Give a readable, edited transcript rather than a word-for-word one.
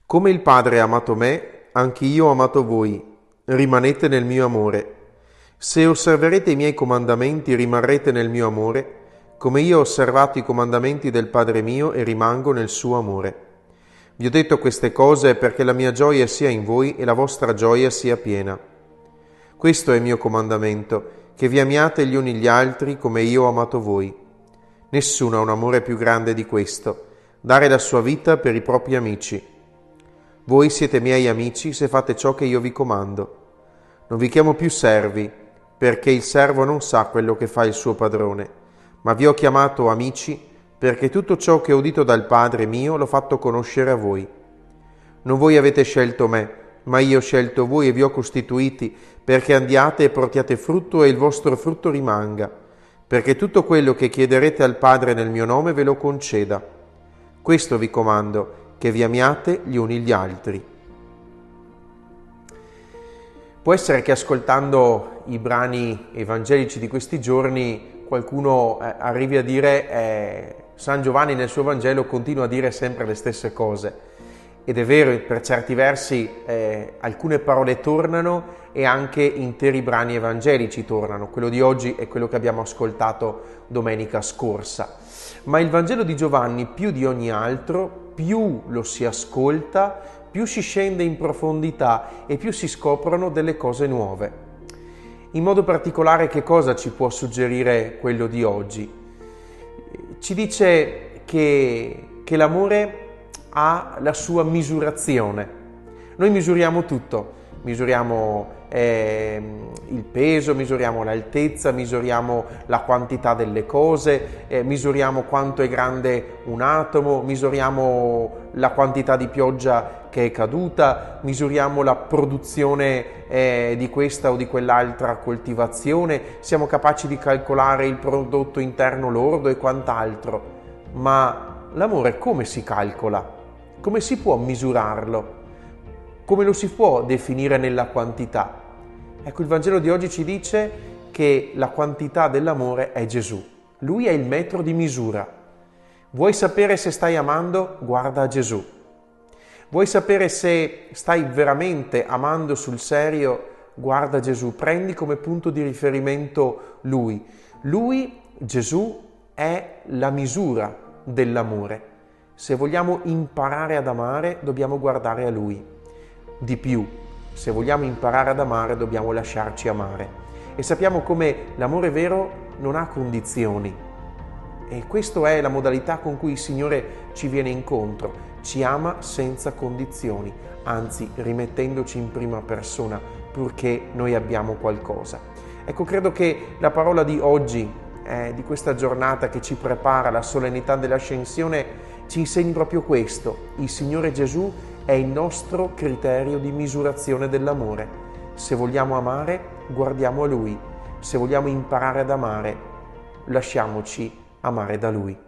Come il Padre ha amato me, anche io ho amato voi. Rimanete nel mio amore. Se osserverete i miei comandamenti, rimarrete nel mio amore, come io ho osservato i comandamenti del Padre mio e rimango nel suo amore. Vi ho detto queste cose perché la mia gioia sia in voi e la vostra gioia sia piena. Questo è il mio comandamento, che vi amiate gli uni gli altri come io ho amato voi. Nessuno ha un amore più grande di questo, dare la sua vita per i propri amici. Voi siete miei amici se fate ciò che io vi comando. Non vi chiamo più servi, perché il servo non sa quello che fa il suo padrone, ma vi ho chiamato amici perché tutto ciò che ho udito dal Padre mio l'ho fatto conoscere a voi. Non voi avete scelto me, ma io ho scelto voi e vi ho costituiti perché andiate e portiate frutto e il vostro frutto rimanga, perché tutto quello che chiederete al Padre nel mio nome ve lo conceda. Questo vi comando, che vi amiate gli uni gli altri. Può essere che ascoltando i brani evangelici di questi giorni qualcuno arrivi a dire San Giovanni nel suo Vangelo continua a dire sempre le stesse cose. Ed è vero, per certi versi alcune parole tornano e anche interi brani evangelici tornano. Quello di oggi è quello che abbiamo ascoltato domenica scorsa. Ma il Vangelo di Giovanni, più di ogni altro, più lo si ascolta, più si scende in profondità e più si scoprono delle cose nuove. In modo particolare, che cosa ci può suggerire quello di oggi? Ci dice che l'amore ha la sua misurazione. Noi misuriamo tutto, misuriamo il peso, misuriamo l'altezza, misuriamo la quantità delle cose, misuriamo quanto è grande un atomo, misuriamo la quantità di pioggia che è caduta, misuriamo la produzione di questa o di quell'altra coltivazione, siamo capaci di calcolare il prodotto interno lordo e quant'altro. Ma l'amore come si calcola? Come si può misurarlo? Come lo si può definire nella quantità? Ecco, il Vangelo di oggi ci dice che la quantità dell'amore è Gesù. Lui è il metro di misura. Vuoi sapere se stai amando? Guarda a Gesù. Vuoi sapere se stai veramente amando sul serio? Guarda Gesù. Prendi come punto di riferimento Lui. Lui, Gesù, è la misura dell'amore. Se vogliamo imparare ad amare, dobbiamo guardare a Lui. Di più, se vogliamo imparare ad amare, dobbiamo lasciarci amare. E sappiamo come l'amore vero non ha condizioni. E questa è la modalità con cui il Signore ci viene incontro. Ci ama senza condizioni, anzi rimettendoci in prima persona, purché noi abbiamo qualcosa. Ecco, credo che la parola di oggi, di questa giornata che ci prepara alla solennità dell'Ascensione, ci insegni proprio questo. Il Signore Gesù è il nostro criterio di misurazione dell'amore. Se vogliamo amare, guardiamo a Lui. Se vogliamo imparare ad amare, lasciamoci amare da Lui.